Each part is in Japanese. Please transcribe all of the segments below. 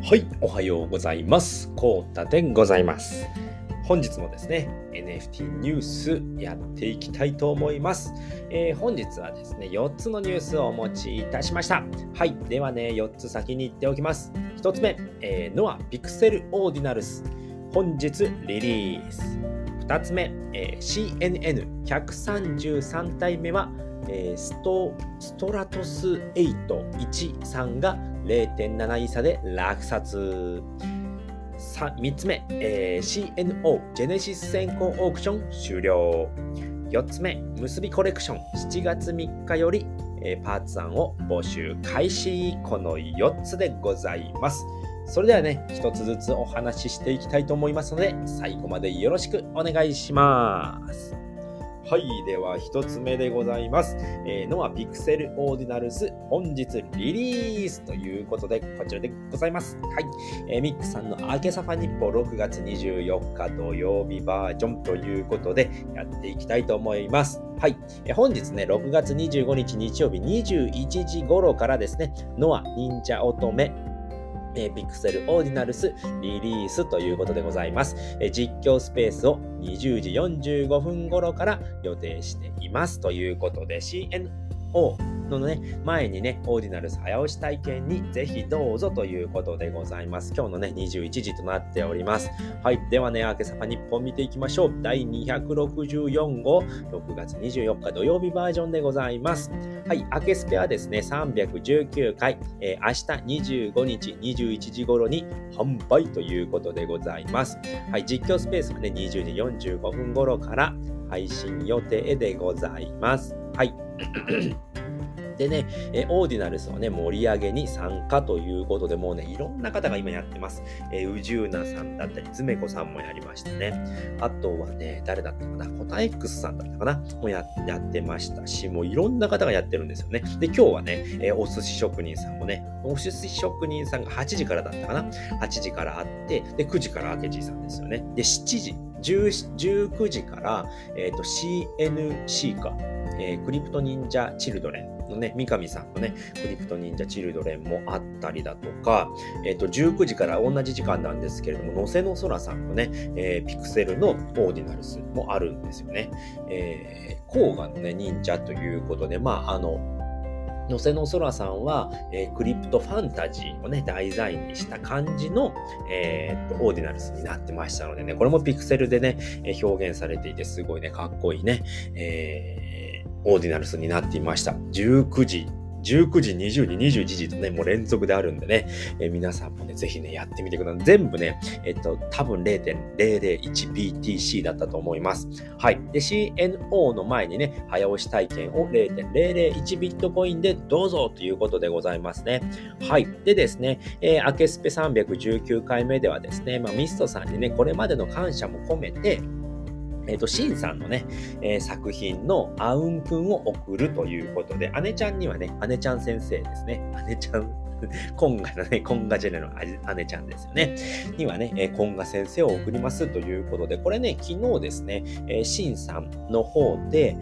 はい、おはようございます。コータでございます。本日もですね、NFT ニュースやっていきたいと思います。本日はですね、4つのニュースをお持ちいたしました。はい、ではね、4つ先に言っておきます。1つ目、ノアピクセルオーディナルス、本日リリース。2つ目、CNN133 体目は、ストラトス813が 0.7 イーサで落札。3つ目、CNO ジェネシス先行オークション終了。4つ目、結びコレクション7月3日より、パーツ案を募集開始。この4つでございます。それではね、1つずつお話ししていきたいと思いますので、最後までよろしくお願いします。はい、では1つ目でございます。ノアピクセルオーディナルス本日リリースということで、こちらでございます。はい、ミックさんの明けさファ日報6月24日土曜日バージョンということでやっていきたいと思います。はい、本日ね、6月25日日曜日21時頃からですね、ノア忍者乙女ピクセルオーディナルスリリースということでございます。実況スペースを20時45分頃から予定していますということで、 CNO のね前にねオーディナルス早押し体験にぜひどうぞということでございます。今日のね21時となっております。はい、ではね、明けさま日本見ていきましょう。第264号6月24日土曜日バージョンでございます。はい、明けスペはですね319回、明日25日21時頃に販売ということでございます。はい、実況スペースはね20時45分頃から配信予定でございます。はいでね、オーディナルスはね、盛り上げに参加ということで、もうね、いろんな方が今やってます。宇宙なさんだったり、ズメコさんもやりましたね。あとはね、誰だったかな、コタ X さんだったかなもやってましたし、もういろんな方がやってるんですよね。で、今日はね、お寿司職人さんもね、お寿司職人さんが8時からだったかな ?8 時からあって、で、9時から明治さんですよね。で、7時、19時から、CNC か、クリプト忍者チルドレンのね、三上さんのね、クリプト忍者チルドレンもあったりだとか、19時から同じ時間なんですけれども、のせのそらさんのね、ピクセルのオーディナルスもあるんですよね。甲賀のね、忍者ということで、のせのそらさんは、クリプトファンタジーをね、題材にした感じの、オーディナルスになってましたのでね、これもピクセルでね、表現されていて、すごいね、かっこいいね、オーディナルスになっていました。19時、20時、21時とね、もう連続であるんでね、皆さんもね、ぜひね、やってみてください。全部ね、多分 0.001BTC だったと思います。はい。で、CNO の前にね、早押し体験を 0.001 ビットコインでどうぞということでございますね。はい。でですね、明けスペ319回目ではですね、ミストさんにね、これまでの感謝も込めて、シンさんのね、作品のアウンくんを送るということで、姉ちゃんにはね、姉ちゃん先生ですね。姉ちゃん、コンガのね、コンガジェネの姉ちゃんですよね。にはね、コンガ先生を送りますということで、これね、昨日ですね、シンさんの方で、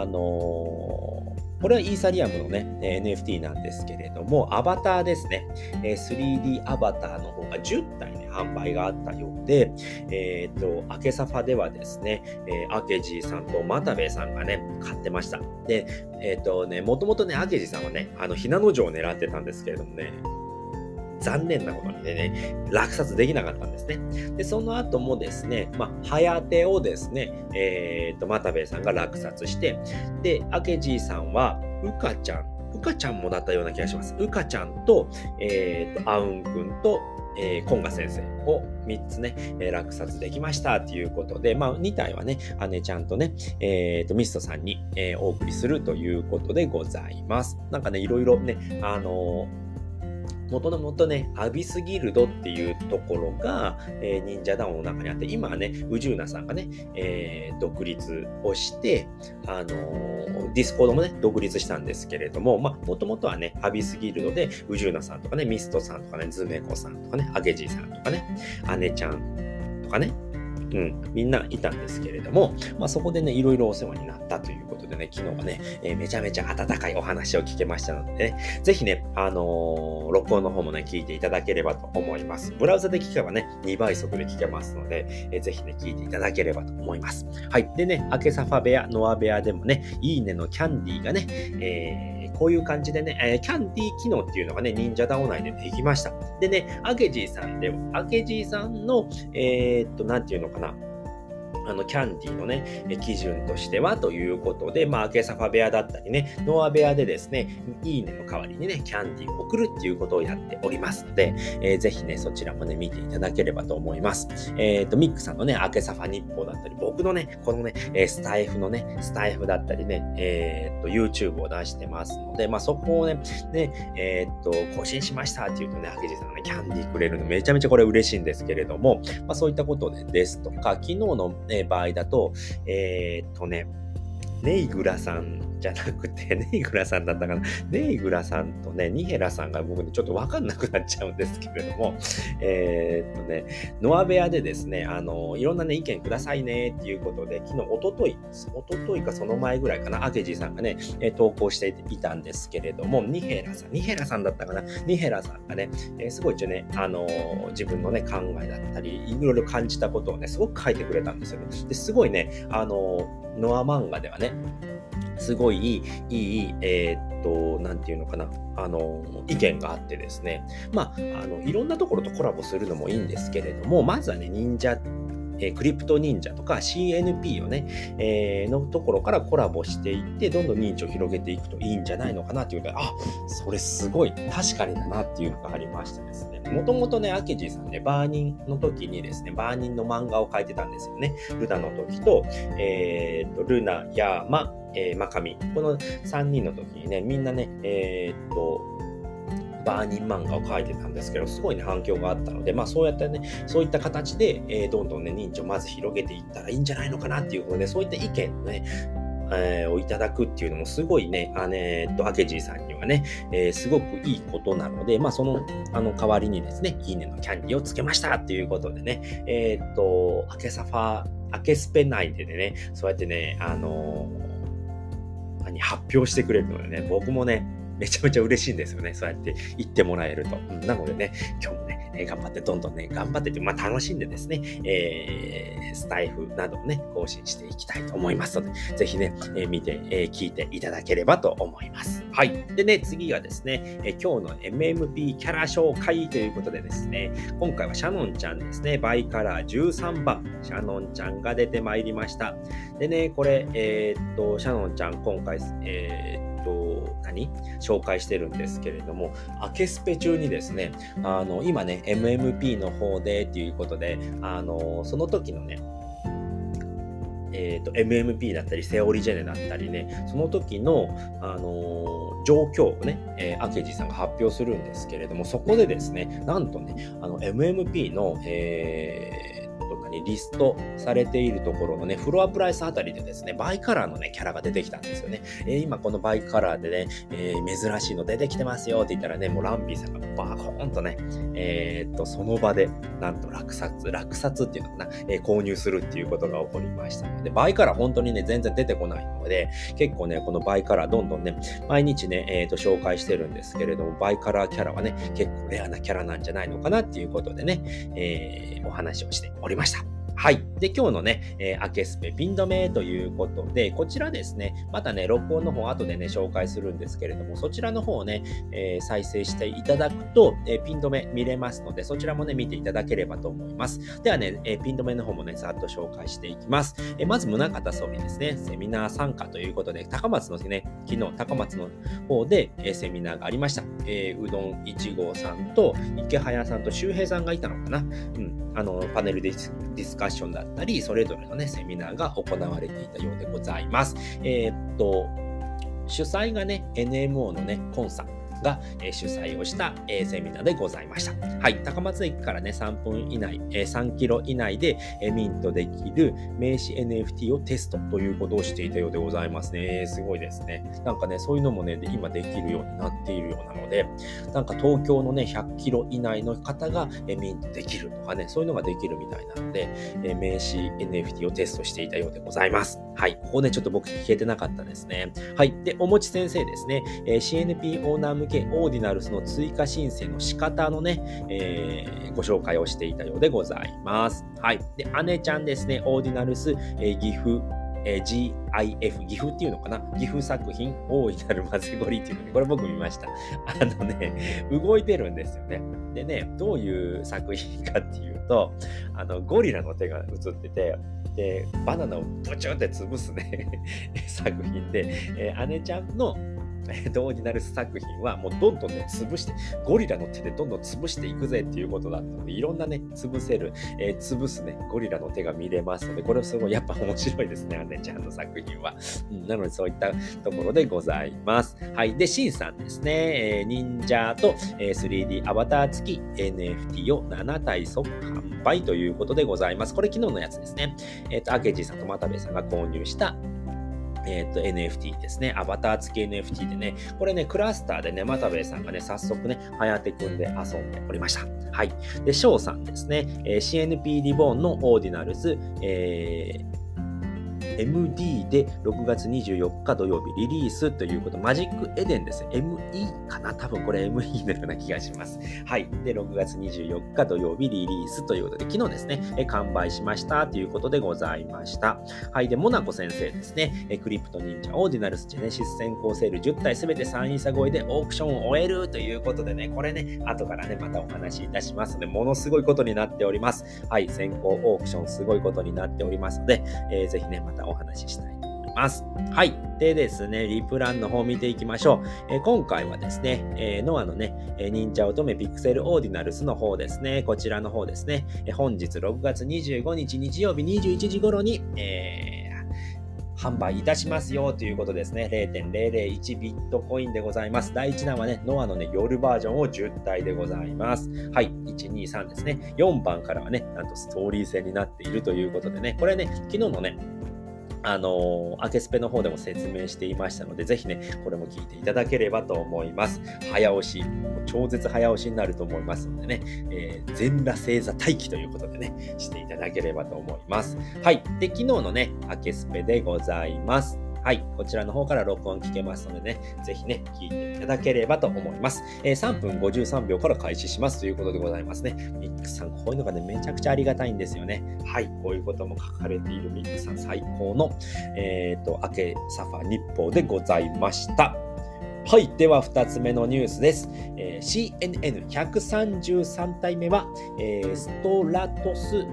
これはイーサリアムのね、NFT なんですけれども、アバターですね。3D アバターの方が10体ね、販売があったようで、アケサファではですね、アケジーさんとマタベさんがね、買ってました。で、もともとね、アケジーさんはね、ひなの城を狙ってたんですけれどもね、残念なことにね、落札できなかったんですね。で、その後もですね、ハヤテをですね、マタベさんが落札して、で、アケジーさんは、ウカちゃんもだったような気がします。ウカちゃんと、アウン君と、コンガ先生を3つね、落札できましたということで、2体はね、姉ちゃんとね、ミストさんに、お送りするということでございます。なんかね、いろいろね、もとね、アビスギルドっていうところが、忍者ダウンの中にあって、今はね、ウジューナさんがね、独立をして、ディスコードもね、独立したんですけれども、もともとはね、アビスギルドで、ウジューナさんとかね、ミストさんとかね、ズメコさんとかね、アゲジーさんとかね、姉ちゃんとかね、 みんないたんですけれども、そこでね、いろいろお世話になったということでね、昨日はね、めちゃめちゃ温かいお話を聞けましたのでね、ぜひね、録音の方もね、聞いていただければと思います。ブラウザで聞けばね、2倍速で聞けますので、ぜひね、聞いていただければと思います。はい。でね、明けサファ部屋、ノア部屋でもね、いいねのキャンディーがね、こういう感じでね、キャンディー機能っていうのがね、忍者ダオ内でできました。でね、アケジーさんの、なんていうのかな、キャンディーのね、基準としてはということで、明けサファ部屋だったりね、ノア部屋でですね、いいねの代わりにね、キャンディーを送るっていうことをやっておりますので、ぜひね、そちらもね、見ていただければと思います。ミックさんのね、明けサファ日報だったり、僕のね、このね、スタイフだったりね、YouTube を出してますので、そこをね、更新しましたっていうとね、明けじさんがね、キャンディーくれるのめちゃめちゃこれ嬉しいんですけれども、そういったことですとか、昨日の場合だと、ネイグラさんじゃなくて、ネイグラさんだったかな。ネイグラさんとね、ニヘラさんが僕にちょっとわかんなくなっちゃうんですけれども、ノア部屋でですね、いろんなね、意見くださいねっていうことで、昨日、一昨日かその前ぐらいかな、アケジーさんがね、投稿していたんですけれども、ニヘラさんだったかな。ニヘラさんがね、すごい一応ね、自分のね、考えだったり、いろいろ感じたことをね、すごく書いてくれたんですよね。ですごいね、ノア漫画ではね、すごいいい、なんていうのかな、意見があってですね、いろんなところとコラボするのもいいんですけれども、まずはね、クリプト忍者とか CNP をね、のところからコラボしていって、どんどん認知を広げていくといいんじゃないのかなっていうので、それすごい確かにだなっていうのがありましてですね。もともとね、アケジーさんね、バーニンの時にですね、バーニンの漫画を描いてたんですよね。ルナの時と、ルナ、ヤーマ、マカミ。この3人の時にね、みんなね、バーニン漫画を描いてたんですけど、すごいね、反響があったので、そうやってね、そういった形で、どんどんね、認知をまず広げていったらいいんじゃないのかなっていうことで、そういった意見をね、をいただくっていうのもすごいね、アケジーさんにはね、すごくいいことなので、その、代わりにですね、いいねのキャンディーをつけましたっていうことでね、アケスペ内でね、そうやってね、発表してくれるのでね、僕もね、めちゃめちゃ嬉しいんですよね。そうやって言ってもらえると。なのでね、今日もね、頑張って、どんどんね、頑張ってって、楽しんでですね、スタイフなどをね、更新していきたいと思いますので、ぜひね、見て、聞いていただければと思います。はい。でね、次がですね、今日の MMP キャラ紹介ということでですね、今回はシャノンちゃんですね、バイカラー13番、シャノンちゃんが出てまいりました。でね、これ、シャノンちゃん、今回、紹介してるんですけれども、アケスペ中にですね、今ね、MMP の方でっていうことで、その時のね、MMP だったり、セオリジェネだったりね、その時の、状況をね、アケジさんが発表するんですけれども、そこでですね、なんとね、MMP の、リストされているところのね、フロアプライスあたりでですね、バイカラーのね、キャラが出てきたんですよね。今このバイカラーでね、珍しいの出てきてますよって言ったらね、もうランピーさんがバコーンとね、その場で、なんと落札っていうのかな、購入するっていうことが起こりましたので、バイカラー本当にね、全然出てこないので、結構ね、このバイカラーどんどんね、毎日ね、紹介してるんですけれども、バイカラーキャラはね、結構レアなキャラなんじゃないのかなっていうことでね、お話をしておりました。はい。で、今日のね、アケスペピン止めということで、こちらですね、またね、録音の方後でね、紹介するんですけれども、そちらの方をね、再生していただくと、ピン止め見れますので、そちらもね、見ていただければと思います。ではね、ピン止めの方もね、ざっと紹介していきます。まず、宗像総理ですね、セミナー参加ということで、高松のね、昨日、高松の方で、セミナーがありました。うどん1号さんと、池早さんと周平さんがいたのかな。パネルディスカッションだったり、それぞれのね、セミナーが行われていたようでございます。主催がね、NMO のね、コンさんんが、主催をした、セミナーでございました。はい、高松駅からね、3分以内、3キロ以内で、ミントできる名刺 NFT をテストということをしていたようでございますね。すごいですね。なんかね、そういうのもね、今できるようになっているようなので、なんか東京のね、100キロ以内の方が、ミントできるとかね、そういうのができるみたいなので、名刺 NFT をテストしていたようでございます。はい、ここね、ちょっと僕聞けてなかったですね。はい、で、おもち先生ですね、CNP オーナー向けオーディナルスの追加申請の仕方のね、ご紹介をしていたようでございます。はい。で、姉ちゃんですね、オーディナルス、岐阜、GIF、岐阜っていうのかな、岐阜作品、大いなる混ぜごりっていうのね、これ僕見ました。動いてるんですよね。でね、どういう作品かっていうと、ゴリラの手が映ってて、で、バナナをブチュって潰すね、作品で、姉ちゃんのオーディナルス作品はもうどんどんね潰して、ゴリラの手でどんどん潰していくぜっていうことだったので、いろんなね潰すねゴリラの手が見れますので、これはすごいやっぱ面白いですね、姉ちゃんの作品は。なのでそういったところでございます。はい。で、シンさんですね、忍者と 3D アバター付き NFT を7体即販売ということでございます。これ昨日のやつですね。明治さんと又部さんが購入したNFT ですね。アバター付き NFT でね、これね、クラスターでね、又部さんがね、早速ね、はてくんで遊んでおりました。はい。で、翔さんですね、CNP リボーンのオーディナルス、MD で6月24日土曜日リリースということ、マジックエデンですね。ME かな、多分これ ME のような気がします。はい。で、6月24日土曜日リリースということで、昨日ですね、完売しましたということでございました。はい。で、モナコ先生ですね、クリプト忍者オーディナルスジェネシス先行セール10体すべて3位差超えでオークションを終えるということでね、これね、後からね、またお話しいたしますので、ものすごいことになっております。はい。先行オークションすごいことになっておりますので、ぜひね、またお話ししたいと思います。はい。でですね、リプランの方見ていきましょう。今回はですね、ノアのね、忍者乙女ピクセルオーディナルスの方ですね、こちらの方ですね、本日6月25日日曜日21時頃に、販売いたしますよということですね。0.001 ビットコインでございます。第1弾はね、ノアのね、夜バージョンを10体でございます。はい。1、2、3ですね。4番からはね、なんとストーリー戦になっているということでね、これね、昨日のね、アケスペの方でも説明していましたので、ぜひね、これも聞いていただければと思います。早押し、超絶早押しになると思いますのでね、全裸星座待機ということでね、していただければと思います。はい。で、昨日のね、アケスペでございます。はい。こちらの方から録音聞けますのでね、ぜひね、聞いていただければと思います。3分53秒から開始しますということでございますね。ミックさん、こういうのがね、めちゃくちゃありがたいんですよね。はい。こういうことも書かれているミックさん最高の、アケサファ日報でございました。はい。では、2つ目のニュースです。CNN133 体目は、ストラトス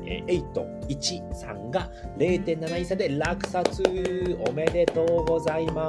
813が 0.7 イサで落札。おめでとうございます。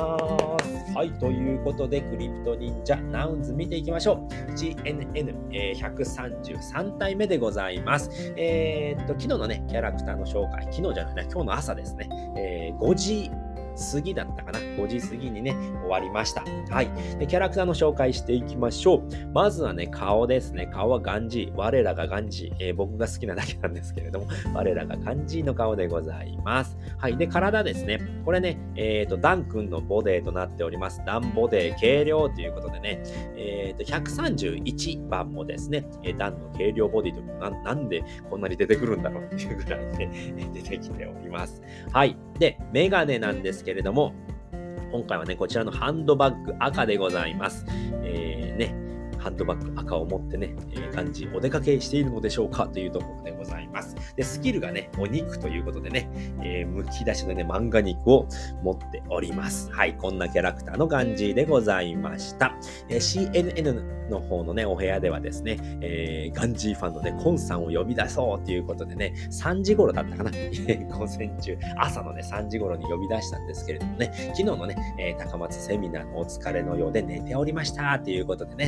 はい、ということでクリプト忍者ナウンズ見ていきましょう。CNN133 体目でございます。昨日のねキャラクターの紹介、昨日じゃないな、今日の朝ですね、5時過ぎだったかな、5時過ぎにね終わりました。はい。でキャラクターの紹介していきましょう。まずはね、顔ですね。顔はガンジー、我らがガンジー、僕が好きなだけなんですけれども、我らがガンジーの顔でございます。はい。で体ですね、これね、ダン君のボデーとなっております。ダンボデー軽量ということでね、131番もですね、ダンの軽量ボディというのなんでこんなに出てくるんだろうっていうぐらいね出てきております。はい。でメガネなんですけれども、今回はね、こちらのハンドバッグ赤でございます。ハンドバッグ赤を持ってね、感じお出かけしているのでしょうかというところでございます。で、スキルがね、お肉ということでね、むき出しのね、漫画肉を持っております。はい、こんなキャラクターのガンジーでございました。CNN の方のね、お部屋ではですね、ガンジーファンのね、コンさんを呼び出そうということでね、3時頃だったかな午前中、朝のね、3時頃に呼び出したんですけれどもね、昨日のね、高松セミナーのお疲れのようで寝ておりましたということでね、朝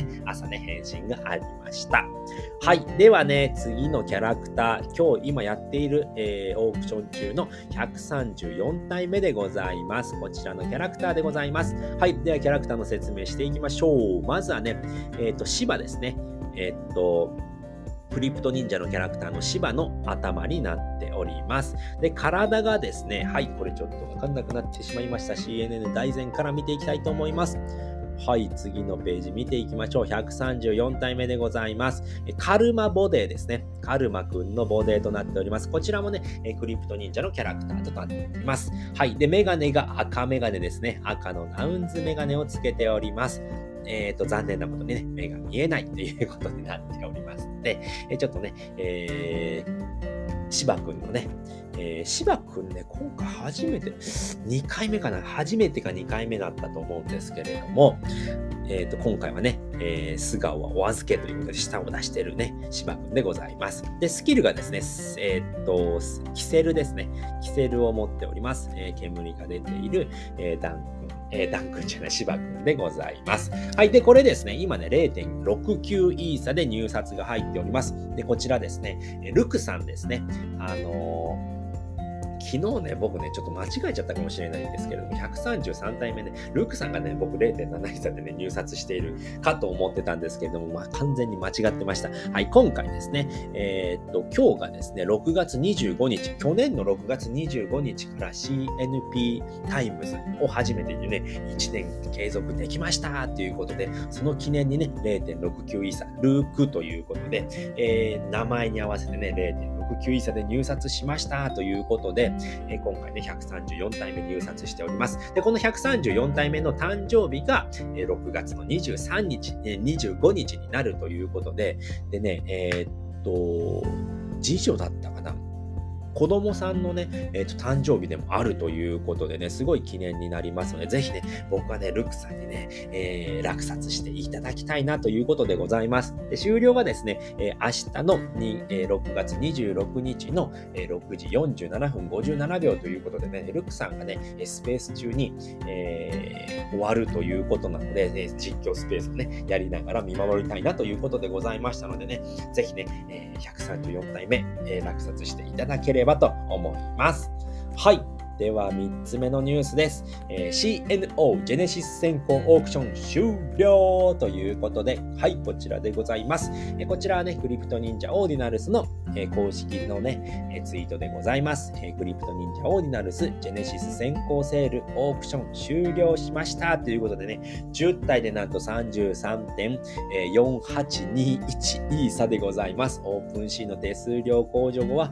ね、返信がありました。はい。ではね、次のキャラクター、今日今やっている、オークション中の134体目でございます。こちらのキャラクターでございます。はい。では、キャラクターの説明していきましょう。まずはね、シバですね。クリプト忍者のキャラクターのシバの頭になっております。で、体がですね、はい、これちょっとわかんなくなってしまいました。CNN 大全から見ていきたいと思います。はい、次のページ見ていきましょう。134体目でございます。カルマボデーですね。カルマくんのボデーとなっております。こちらもね、クリプト忍者のキャラクターとなっております。はい、で、メガネが赤メガネですね。赤のナウンズメガネをつけております。残念なことにね、目が見えないということになっておりますので、ちょっとね、シバくんのね、シバくんね、今回初めて、2回目かな、初めてか2回目だったと思うんですけれども、今回はね、素顔はお預けということで舌を出しているね、シバくんでございます。で、スキルがですね、キセルですね。キセルを持っております。煙が出ている、ダン君じゃない、シバ君でございます。はい。で、これですね、今ね、0.69 イーサで入札が入っております。で、こちらですね、ルクさんですね。昨日ね、僕ね、ちょっと間違えちゃったかもしれないんですけれども、133体目ね、ルクさんがね、僕 0.7 イーサでね、入札しているかと思ってたんですけれども、まあ、完全に間違ってました。はい、今回ですね、今日がですね、6月25日、去年の6月25日から CNP タイムズを初めてにね、1年継続できましたということで、その記念にね、0.69 イーサ、ルークということで、名前に合わせてね、0.69 イーサで入札しましたということで、今回ね、134体目入札しております。で、この134体目の誕生日が、6月の23日、25日になるということで、でね、次女だったかな。子供さんのね、誕生日でもあるということでね、すごい記念になりますので、ぜひね、僕はね、ルクさんにね、落札していただきたいなということでございます。で、終了がですね、明日の6月26日の6時47分57秒ということでね、ルクさんがね、スペース中に、終わるということなので、実況スペースをね、やりながら見守りたいなということでございましたのでね、ぜひね、134体目、落札していただければと思います。はい。では3つ目のニュースです。CNO ジェネシス先行オークション終了ということで、はい、こちらでございます。こちらはね、クリプト忍者オーディナルスの公式のね、ツイートでございます。クリプト忍者オーディナルスジェネシス先行セールオークション終了しましたということでね、10体でなんと 33.4821 イーサでございます。オープンシーの手数料控除後は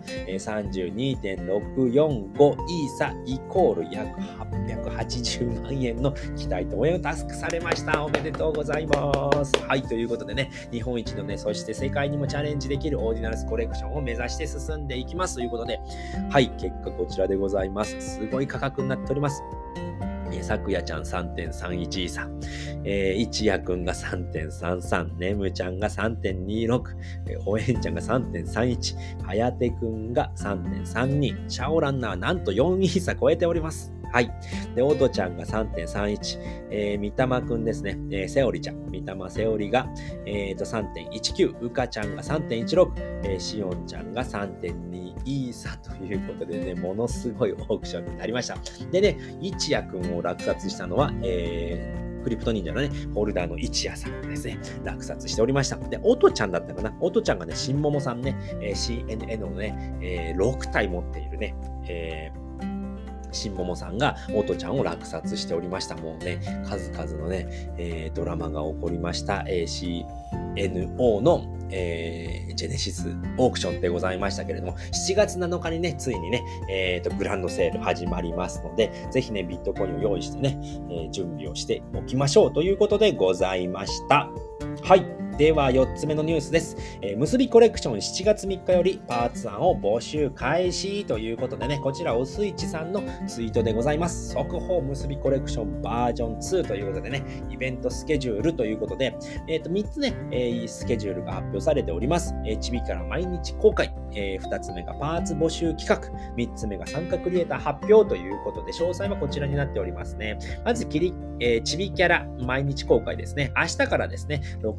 32.645 イーサイコール約880万円の期待と応援をタスクされました。おめでとうございます。はい、ということでね、日本一のね、そして世界にもチャレンジできるオーディナルスコレクションを目指して進んでいきますということで、はい、結果こちらでございます。すごい価格になっております。さくやちゃん 3.31 イーサ、いちやくんが 3.33、ねむちゃんが 3.26、ほえんちゃんが 3.31、はやてくんが 3.32、シャオランナーはなんと4イーサ超えております。はい。で、おとちゃんが 3.31、みたまくんですね、せおりちゃん、みたませおりが、3.19、うかちゃんが 3.16、しおんちゃんが 3.2 イーサということでね、ものすごいオークションになりました。でね、いちやくんを落札したのは、クリプト忍者のね、ホルダーの一夜さんがですね、落札しておりました。で、おとちゃんだったかな。おとちゃんがね、新桃さんね、CNN のね、6体持っているね、新桃さんがおとちゃんを落札しておりました。もうね、数々のね、ドラマが起こりました。CNO の、ジェネシスオークションでございましたけれども、7月7日にね、ついにね、グランドセール始まりますので、ぜひね、ビットコインを用意してね、準備をしておきましょうということでございました。はい。では4つ目のニュースです。結びコレクション7月3日よりパーツ案を募集開始ということでね、こちらおすいちさんのツイートでございます。速報結びコレクションバージョン2ということでね、イベントスケジュールということで、3つね、スケジュールが発表されております。ちびから毎日公開、2つ目がパーツ募集企画、3つ目が参加クリエイター発表ということで、詳細はこちらになっておりますね。まずちびキャラ毎日公開ですね。明日からですね、6月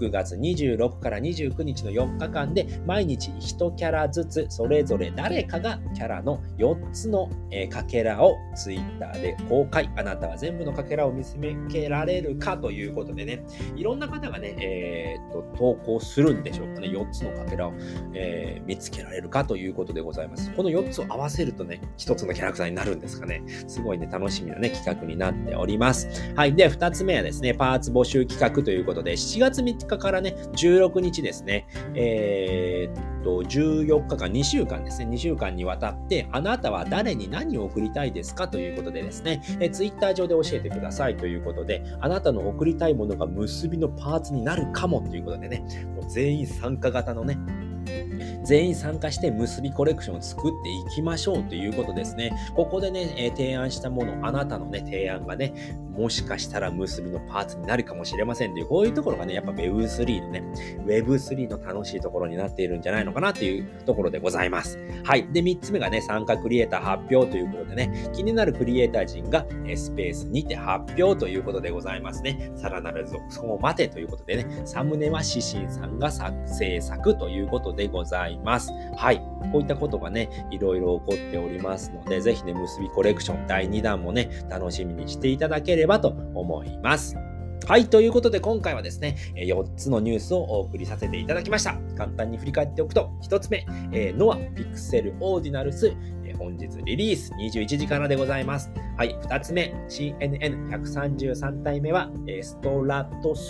26から29日の4日間で毎日1キャラずつそれぞれ誰かがキャラの4つのかけらをツイッターで公開。あなたは全部のかけらを見つけられるかということでね、いろんな方がね、投稿するんでしょうかね。4つのかけらを、見つけられるかということでございます。この4つを合わせるとね、1つのキャラクターになるんですかね。すごいね、楽しみなね、企画になっております。はい。で、2つ目はですね、パーツ募集企画ということで、7月3日からね、16日ですね、14日間、2週間ですね、2週間にわたって、あなたは誰に何を送りたいですかということでですね、ツイッター上で教えてくださいということで、あなたの送りたいものが結びのパーツになるかもということでね、もう全員参加型のね、全員参加して結びコレクションを作っていきましょうということですね。ここでね、提案したもの、あなたのね、提案がね、もしかしたら結びのパーツになるかもしれませんという、こういうところがね、やっぱ Web3 のね、Web3 の楽しいところになっているんじゃないのかなというところでございます。はい。で、3つ目がね、参加クリエイター発表ということでね、気になるクリエイター陣がスペースにて発表ということでございますね。さらなる続報を待てということでね、サムネは指針さんが制作ということでございます。はい。こういったことがね、いろいろ起こっておりますので、ぜひね、結びコレクション第2弾もね、楽しみにしていただければと思います。はい。ということで、今回はですね、4つのニュースをお送りさせていただきました。簡単に振り返っておくと、1つ目、ノアピクセルオーディナルス、本日リリース21時からでございます。はい。2つ目、CNN133 体目は、ストラトス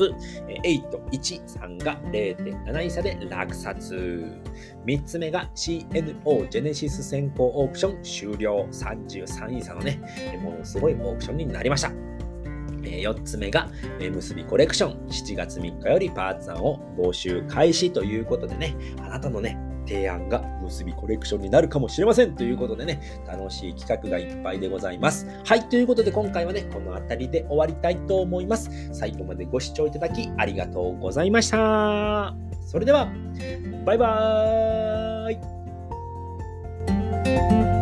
8-1さんが 0.7 イーサで落札。3つ目が CNO ジェネシス先行オークション終了。33イーサのね、ものすごいオークションになりました。4つ目が結びコレクション7月3日よりパーツ案を募集開始ということでね、あなたのね提案が結びコレクションになるかもしれませんということでね、楽しい企画がいっぱいでございます。はい、ということで今回はねこの辺りで終わりたいと思います。最後までご視聴いただきありがとうございました。それではバイバーイ。